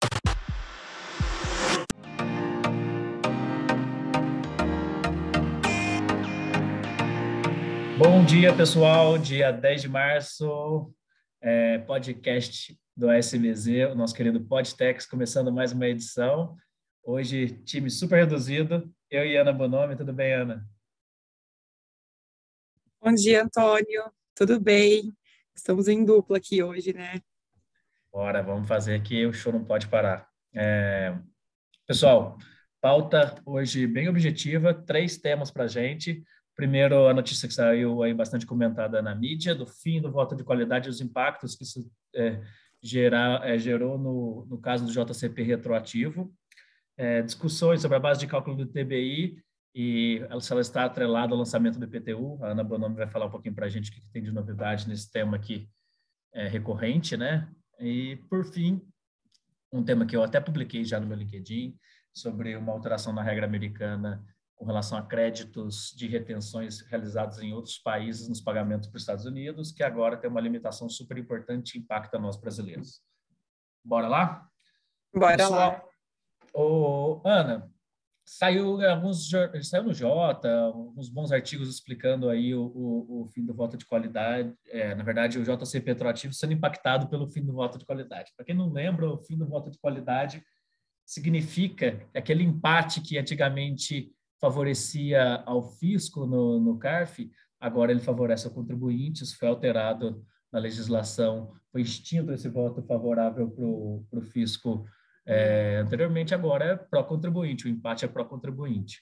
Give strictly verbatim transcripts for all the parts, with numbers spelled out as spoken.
Bom dia, pessoal. Dia dez de março, é, podcast do A S M Z, o nosso querido Podtex, começando mais uma edição. Hoje, time super reduzido. Eu e Ana Bonomi. Tudo bem, Ana? Bom dia, Antônio. Tudo bem? Estamos em dupla aqui hoje, né? Bora, vamos fazer aqui. O show não pode parar. É, pessoal, pauta hoje bem objetiva. Três temas para a gente. Primeiro, a notícia que saiu aí bastante comentada na mídia, do fim do voto de qualidade e os impactos que isso é, gerar, é, gerou no, no caso do J C P retroativo. É, discussões sobre a base de cálculo do T B I e se ela está atrelada ao lançamento do I P T U. A Ana Bonomi vai falar um pouquinho para a gente o que tem de novidade nesse tema aqui é, recorrente, né? E, por fim, um tema que eu até publiquei já no meu LinkedIn, sobre uma alteração na regra americana com relação a créditos de retenções realizados em outros países nos pagamentos para os Estados Unidos, que agora tem uma limitação super importante e impacta nós brasileiros. Bora lá? Bora Pessoal, lá. ô, Ana, saiu alguns saiu no Jota, alguns bons artigos explicando aí o, o, o fim do voto de qualidade, é, na verdade o J C P retroativo sendo impactado pelo fim do voto de qualidade. Para quem não lembra, o fim do voto de qualidade significa aquele empate que antigamente favorecia ao fisco no, no CARF, agora ele favorece ao contribuinte. Isso foi alterado na legislação, foi extinto esse voto favorável para o fisco é, anteriormente, agora é pró-contribuinte, o empate é pró-contribuinte.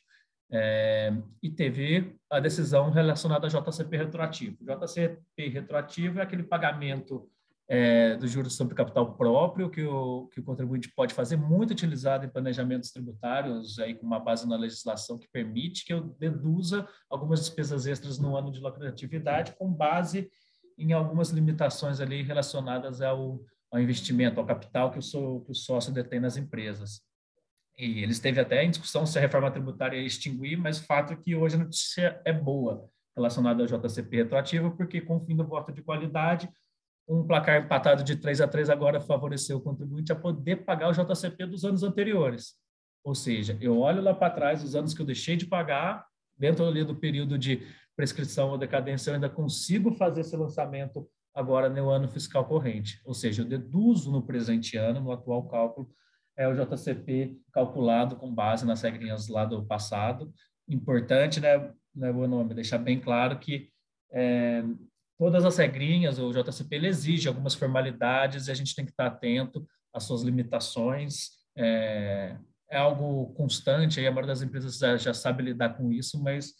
É, e teve a decisão relacionada a J C P retroativo. J C P retroativo é aquele pagamento é, do juros sobre capital próprio que o, que o contribuinte pode fazer, muito utilizado em planejamentos tributários, aí com uma base na legislação que permite que eu deduza algumas despesas extras no ano de lucratividade com base em algumas limitações ali relacionadas ao, ao investimento, ao capital que o, so, que o sócio detém nas empresas. E eles teve até em discussão se a reforma tributária ia extinguir, mas o fato é que hoje a notícia é boa relacionada ao J C P retroativo, porque com o fim do voto de qualidade, um placar empatado de três a três agora favoreceu o contribuinte a poder pagar o J C P dos anos anteriores. Ou seja, eu olho lá para trás, os anos que eu deixei de pagar, dentro ali do período de prescrição ou decadência, eu ainda consigo fazer esse lançamento agora no ano fiscal corrente. Ou seja, eu deduzo no presente ano, no atual cálculo, é o J C P calculado com base nas regrinhas lá do passado. Importante, né, né o nome, deixar bem claro que é, todas as regrinhas, o J C P ele exige algumas formalidades e a gente tem que estar atento às suas limitações. É, é algo constante, aí a maioria das empresas já, já sabe lidar com isso, mas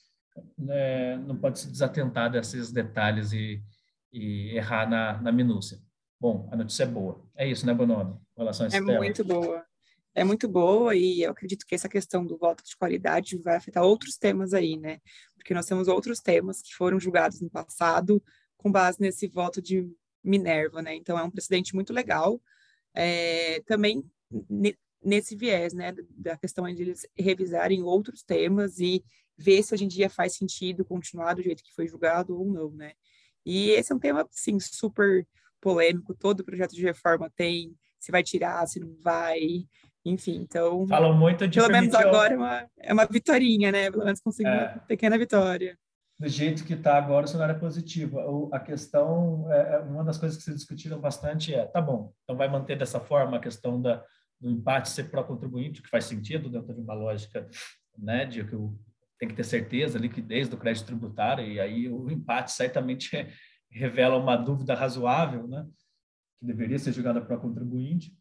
é, não pode se desatentar desses detalhes e, e errar na, na minúcia. Bom, a notícia é boa. É isso, né, Bonomi, em relação a É esse tema? muito boa. É muito boa e eu acredito que essa questão do voto de qualidade vai afetar outros temas aí, né? Porque nós temos outros temas que foram julgados no passado com base nesse voto de Minerva, né? Então é um precedente muito legal. É, também nesse viés, né? Da questão de eles revisarem outros temas e ver se hoje em dia faz sentido continuar do jeito que foi julgado ou não, né? E esse é um tema, sim, super polêmico. Todo projeto de reforma tem, se vai tirar, se não vai, enfim. Então, Falam muito de pelo menos permitir, agora é uma, é uma vitória, né? Pelo menos consigo uma é, pequena vitória. do jeito que está agora, o cenário é positivo. A questão, é, uma das coisas que se discutiram bastante é, tá bom, então vai manter dessa forma a questão da, do empate ser pró-contribuinte, que faz sentido dentro de uma lógica, né, de que o, tem que ter certeza, liquidez do crédito tributário, e aí o empate certamente é, revela uma dúvida razoável, né, que deveria ser julgada pró-contribuinte.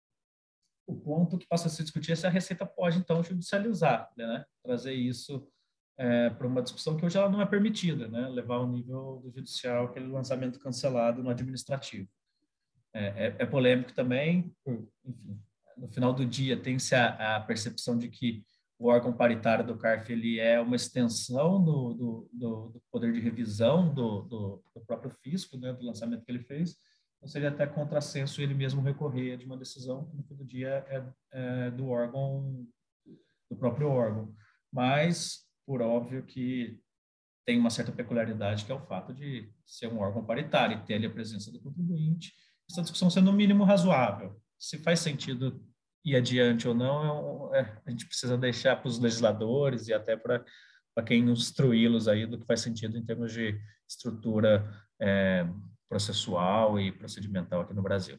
O ponto que passa a se discutir é se a Receita pode, então, judicializar, né, trazer isso É, para uma discussão que hoje ela não é permitida, né? Levar ao nível do judicial aquele lançamento cancelado no administrativo. É, é, é polêmico também, por, enfim, no final do dia tem-se a, a percepção de que o órgão paritário do CARF ele é uma extensão do, do, do, do poder de revisão do, do, do próprio fisco, né, do lançamento que ele fez. Então seria até contrassenso ele mesmo recorrer de uma decisão que no fim do dia é, é do órgão, do próprio órgão. Mas por óbvio que tem uma certa peculiaridade, que é o fato de ser um órgão paritário e ter ali a presença do contribuinte. Essa discussão sendo no mínimo razoável. Se faz sentido ir adiante ou não, é, é, a gente precisa deixar para os legisladores e até para para quem instruí-los aí do que faz sentido em termos de estrutura é, processual e procedimental aqui no Brasil.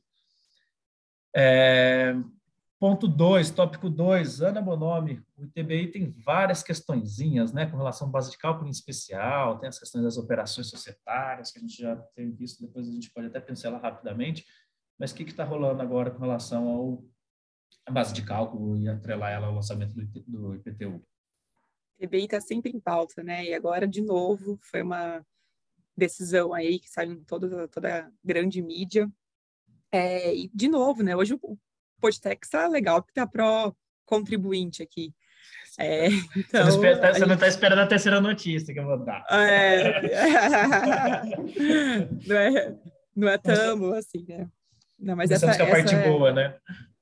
É, ponto dois, tópico dois, Ana Bonomi, o I T B I tem várias questõezinhas, né, com relação à base de cálculo em especial, tem as questões das operações societárias, que a gente já tem visto, depois a gente pode até pincelar rapidamente, mas o que está rolando agora com relação ao, à base de cálculo e atrelar ela ao lançamento do, do I P T U? O I T B I está sempre em pauta, né, e agora, de novo, foi uma decisão aí que saiu em toda, toda a grande mídia, é, e, de novo, né, hoje o Podtex está legal, porque está pró-contribuinte aqui. É, então, você não está gente... tá esperando a terceira notícia que eu vou dar. É... não é, não é tão assim, né? Não, mas Começamos essa, com a parte essa... boa, né?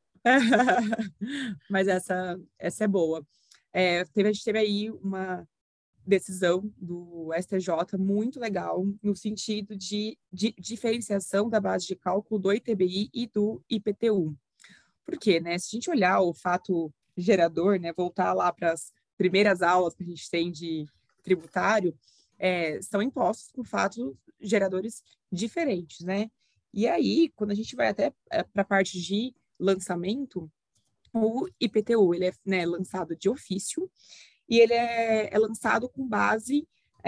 mas essa, essa é boa. É, teve, a gente teve aí uma decisão do S T J muito legal, no sentido de, de diferenciação da base de cálculo do I T B I e do I P T U. Por quê, né? Se a gente olhar o fato gerador, né, voltar lá para as primeiras aulas que a gente tem de tributário, é, são impostos por fatos geradores diferentes, né? E aí, quando a gente vai até é, para a parte de lançamento, o I P T U ele é, né, lançado de ofício e ele é, é lançado com base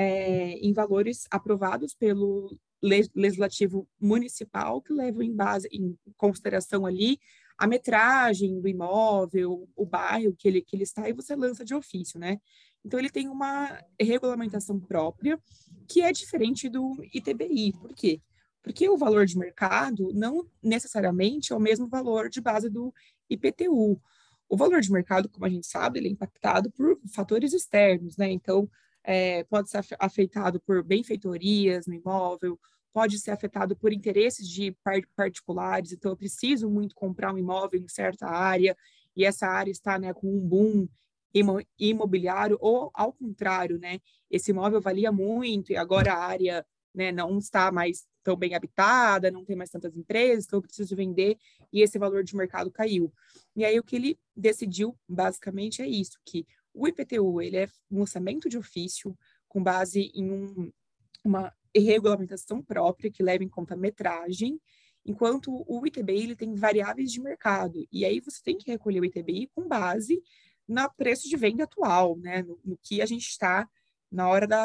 é, em valores aprovados pelo legislativo municipal, que levam em base em consideração ali a metragem do imóvel, o bairro que ele, que ele está, e você lança de ofício, né? Então, ele tem uma regulamentação própria, que é diferente do I T B I. Por quê? Porque o valor de mercado não necessariamente é o mesmo valor de base do I P T U. O valor de mercado, como a gente sabe, ele é impactado por fatores externos, né? Então, é, pode ser afetado por benfeitorias no imóvel, pode ser afetado por interesses de particulares, então eu preciso muito comprar um imóvel em certa área, e essa área está, né, com um boom imobiliário, ou ao contrário, né, esse imóvel valia muito e agora a área, né, não está mais tão bem habitada, não tem mais tantas empresas, então eu preciso vender e esse valor de mercado caiu. E aí o que ele decidiu, basicamente, é isso, que o I P T U ele é um lançamento de ofício com base em um, uma regulamentação própria que leva em conta a metragem, enquanto o I T B I ele tem variáveis de mercado. E aí você tem que recolher o I T B I com base no preço de venda atual, né? No, no que a gente está na hora da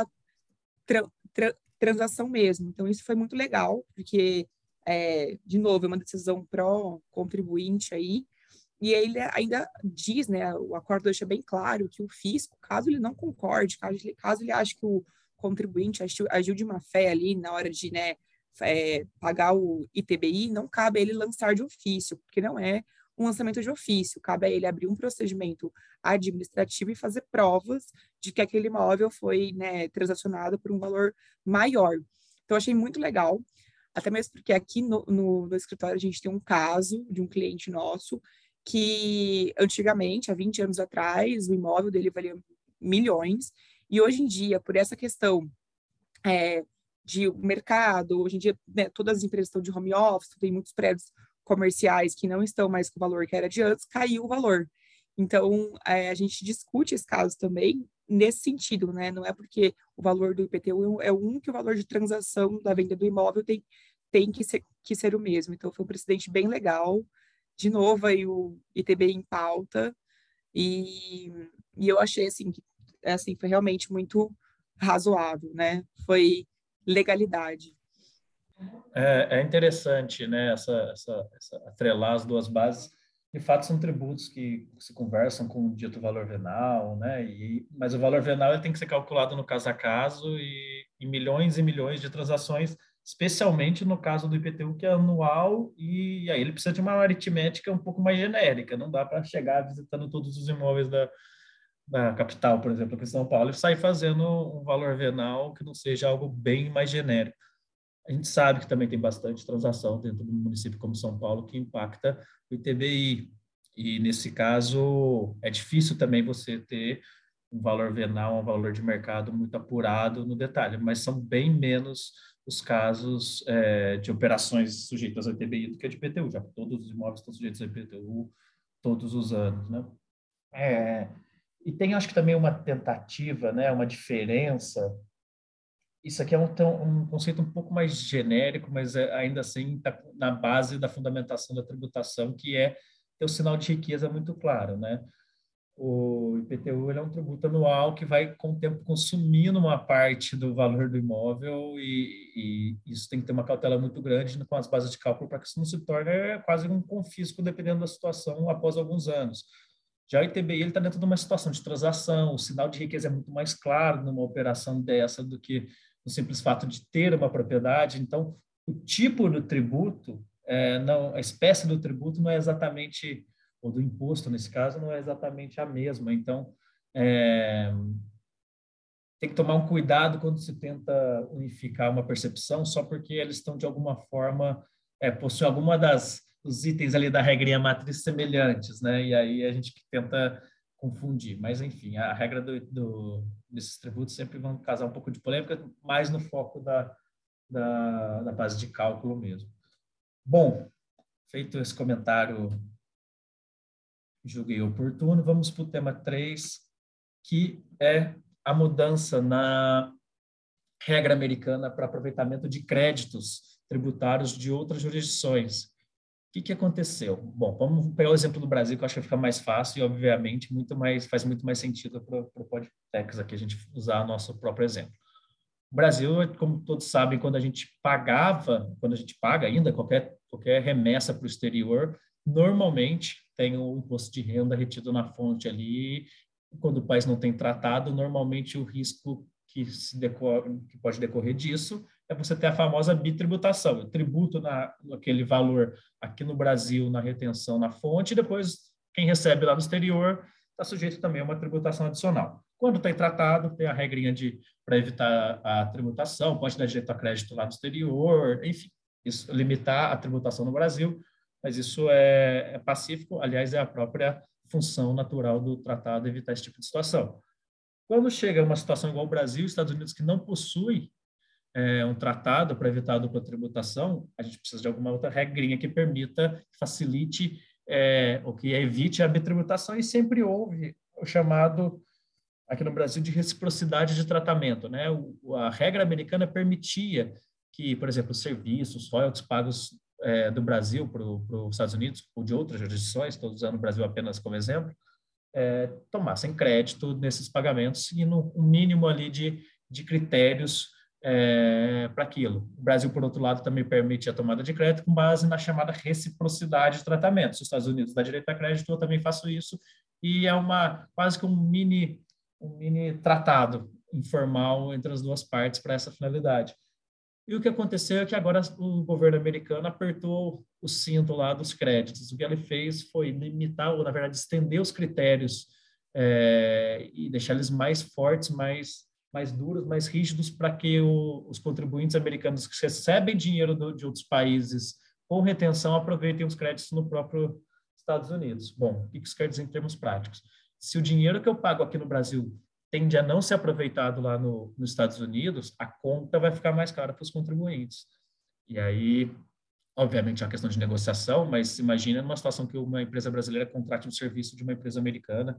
tra tra transação mesmo. Então, isso foi muito legal, porque, é, de novo, é uma decisão pró-contribuinte aí, e ele ainda diz, né, o acordo deixa bem claro que o fisco, caso ele não concorde, caso ele, caso ele ache que o contribuinte agiu, agiu de má fé ali na hora de, né, é, pagar o I T B I, não cabe a ele lançar de ofício, porque não é um lançamento de ofício, cabe a ele abrir um procedimento administrativo e fazer provas de que aquele imóvel foi, né, transacionado por um valor maior. Então, achei muito legal, até mesmo porque aqui no, no, no escritório a gente tem um caso de um cliente nosso que antigamente, há vinte anos atrás, o imóvel dele valia milhões, e hoje em dia, por essa questão é, de mercado, hoje em dia, né, todas as empresas estão de home office, tem muitos prédios comerciais que não estão mais com o valor que era de antes, caiu o valor. Então, é, a gente discute esse caso também nesse sentido, né? Não é porque o valor do I P T U é um que o valor de transação da venda do imóvel tem, tem que, ser, que ser o mesmo. Então, foi um precedente bem legal. De novo, aí o I T B I em pauta. E, e eu achei, assim, que assim, foi realmente muito razoável, né? Foi legalidade. É, é interessante, né, essa, essa, essa, atrelar as duas bases. De fato, são tributos que se conversam com o dito valor venal, né? E, mas o valor venal ele tem que ser calculado no caso a caso e, e milhões e milhões de transações, especialmente no caso do I P T U, que é anual, e aí ele precisa de uma aritmética um pouco mais genérica. Não dá para chegar visitando todos os imóveis da, da capital, por exemplo, aqui em São Paulo, e sair fazendo um valor venal que não seja algo bem mais genérico. A gente sabe que também tem bastante transação dentro do município como São Paulo que impacta o I T B I. E, nesse caso, é difícil também você ter um valor venal, um valor de mercado muito apurado no detalhe, mas são bem menos os casos é, de operações sujeitas ao I T B I do que de I P T U, já que todos os imóveis estão sujeitos ao I P T U, todos os anos, né? É, e tem, acho que também uma tentativa, né, uma diferença. Isso aqui é um, um conceito um pouco mais genérico, mas é, ainda assim está na base da fundamentação da tributação, que é ter o sinal de riqueza muito claro, né? O I P T U ele é um tributo anual que vai, com o tempo, consumindo uma parte do valor do imóvel e, e isso tem que ter uma cautela muito grande com as bases de cálculo para que isso não se torne quase um confisco, dependendo da situação, após alguns anos. Já o I T B I está dentro de uma situação de transação, o sinal de riqueza é muito mais claro numa operação dessa do que o simples fato de ter uma propriedade. Então, o tipo do tributo, é, não, a espécie do tributo não é exatamente, ou do imposto, nesse caso, não é exatamente a mesma. Então, é, tem que tomar um cuidado quando se tenta unificar uma percepção, só porque eles estão, de alguma forma, é, possuem alguma das os itens ali da regrinha matriz semelhantes, né? E aí a gente tenta confundir. Mas, enfim, a regra do, do, desses tributos sempre vão causar um pouco de polêmica, mais no foco da, da, da base de cálculo mesmo. Bom, feito esse comentário, julguei oportuno, vamos para o tema três, que é a mudança na regra americana para aproveitamento de créditos tributários de outras jurisdições. O que, que aconteceu? Bom, vamos pegar o exemplo do Brasil, que eu acho que fica mais fácil e, obviamente, muito mais, faz muito mais sentido para o Podtex aqui a gente usar o nosso próprio exemplo. O Brasil, como todos sabem, quando a gente pagava, quando a gente paga ainda qualquer, qualquer remessa para o exterior, normalmente tem o imposto de renda retido na fonte ali. Quando o país não tem tratado, normalmente o risco que, se decorre, que pode decorrer disso é você ter a famosa bitributação. Eu tributo na, naquele valor aqui no Brasil, na retenção na fonte, e depois quem recebe lá no exterior está sujeito também a uma tributação adicional. Quando tem tratado, tem a regrinha de para evitar a tributação, pode dar direito a crédito lá no exterior, enfim, isso, limitar a tributação no Brasil, mas isso é, é pacífico, aliás, é a própria função natural do tratado evitar esse tipo de situação. Quando chega uma situação igual o Brasil e Estados Unidos, que não possui é, um tratado para evitar a dupla tributação, a gente precisa de alguma outra regrinha que permita, que facilite é, ou que evite a bitributação, e sempre houve o chamado, aqui no Brasil, de reciprocidade de tratamento, né? O, a regra americana permitia que, por exemplo, serviços, royalties pagos é, do Brasil para os Estados Unidos, ou de outras jurisdições, estou usando o Brasil apenas como exemplo, é, tomassem crédito nesses pagamentos, seguindo um mínimo ali de, de critérios é, para aquilo. O Brasil, por outro lado, também permite a tomada de crédito com base na chamada reciprocidade de tratamento. Se os Estados Unidos dão direito a crédito, eu também faço isso, e é uma quase que um mini, um mini tratado informal entre as duas partes para essa finalidade. E o que aconteceu é que agora o governo americano apertou o cinto lá dos créditos. O que ele fez foi limitar, ou na verdade estender os critérios é, e deixar eles mais fortes, mais, mais duros, mais rígidos, para que o, os contribuintes americanos que recebem dinheiro do, de outros países com retenção aproveitem os créditos no próprio Estados Unidos. Bom, o que isso quer dizer em termos práticos? Se o dinheiro que eu pago aqui no Brasil tende a não ser aproveitado lá no, nos Estados Unidos, a conta vai ficar mais cara para os contribuintes. E aí, obviamente, é uma questão de negociação, mas imagina numa situação que uma empresa brasileira contrate um serviço de uma empresa americana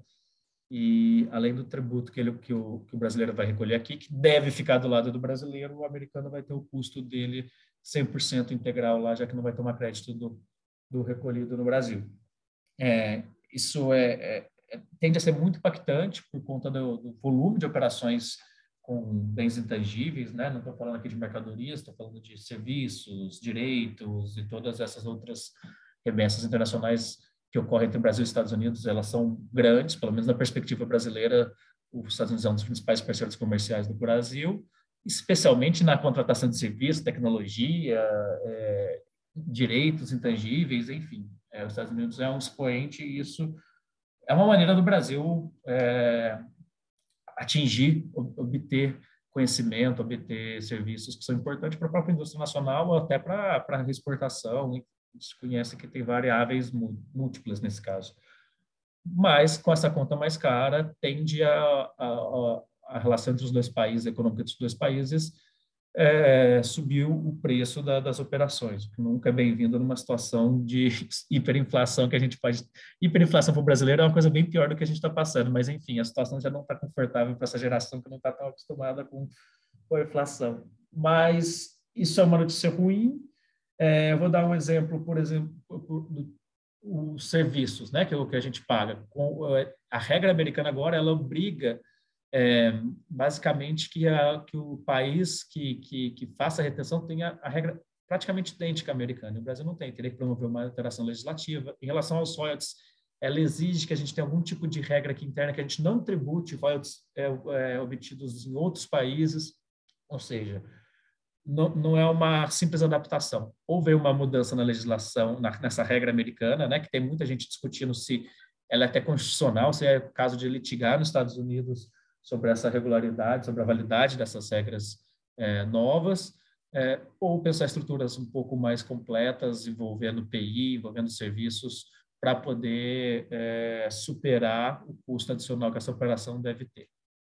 e, além do tributo que, ele, que, o, que o brasileiro vai recolher aqui, que deve ficar do lado do brasileiro, o americano vai ter o custo dele cem por cento integral lá, já que não vai tomar crédito do, do recolhido no Brasil. É, isso é, é tende a ser muito impactante por conta do, do volume de operações com bens intangíveis, né? Não estou falando aqui de mercadorias, estou falando de serviços, direitos e todas essas outras remessas internacionais que ocorrem entre o Brasil e os Estados Unidos. Elas são grandes, pelo menos na perspectiva brasileira, os Estados Unidos é um dos principais parceiros comerciais do Brasil, especialmente na contratação de serviços, tecnologia, é, direitos intangíveis, enfim. É, os Estados Unidos é um expoente e isso é uma maneira do Brasil é, atingir, obter conhecimento, obter serviços que são importantes para a própria indústria nacional ou até para a exportação. A gente conhece que tem variáveis múltiplas nesse caso. Mas, com essa conta mais cara, tende a, a, a relação entre os dois países, a econômica dos dois países, é, subiu o preço da, das operações, o que nunca é bem-vindo numa situação de hiperinflação que a gente pode... Hiperinflação para o brasileiro é uma coisa bem pior do que a gente está passando, mas, enfim, a situação já não está confortável para essa geração que não está tão acostumada com, com a inflação. Mas isso é uma notícia ruim. É, eu vou dar um exemplo, por exemplo, os serviços, né, que é o que a gente paga. Com, a regra americana agora, ela obriga É, basicamente que, a, que o país que, que, que faça a retenção tenha a regra praticamente idêntica à americana. O Brasil não tem, teria que promover uma alteração legislativa. Em relação aos royalties, ela exige que a gente tenha algum tipo de regra aqui interna, que a gente não tribute royalties é, é, obtidos em outros países, ou seja, não, não é uma simples adaptação. Houve uma mudança na legislação, na, nessa regra americana, né, que tem muita gente discutindo se ela é até constitucional, se é caso de litigar nos Estados Unidos sobre essa regularidade, sobre a validade dessas regras é, novas, é, ou pensar estruturas um pouco mais completas, envolvendo P I, envolvendo serviços, para poder é, superar o custo adicional que essa operação deve ter.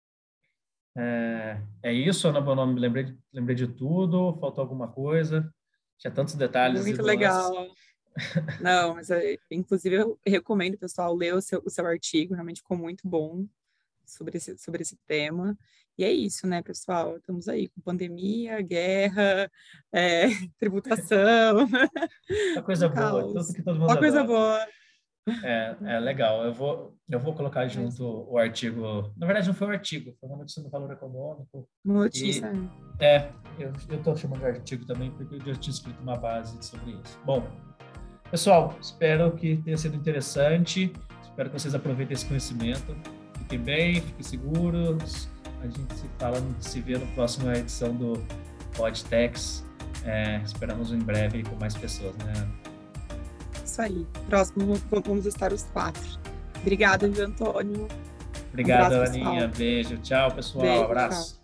É, é isso, Ana Bonomo, me lembrei, lembrei de tudo, faltou alguma coisa? Tinha tantos detalhes Muito e legal. nuances. Não, mas é, inclusive eu recomendo o pessoal ler o seu, o seu artigo, realmente ficou muito bom sobre esse, sobre esse tema. E é isso, né, pessoal? Estamos aí com pandemia, guerra, é, tributação. Uma coisa Um boa, caos. tudo que todo mundo Uma coisa adora. boa. É, é legal. Eu vou, eu vou colocar junto o artigo. Na verdade, não foi um artigo, foi uma notícia do Valor Econômico. Uma E, notícia. é, eu estou chamando de artigo também, porque eu já tinha escrito uma base sobre isso. Bom, pessoal, espero que tenha sido interessante. Espero que vocês aproveitem esse conhecimento. Fiquem bem, fiquem seguros. A gente se fala, se vê no próximo edição do Podtex. É, esperamos em breve com mais pessoas, né? Isso aí. Próximo, vamos estar os quatro. Obrigada, viu, Antônio? Obrigado, Um abraço, Aninha. pessoal. Beijo. Tchau, pessoal. Beijo, Abraço. tchau.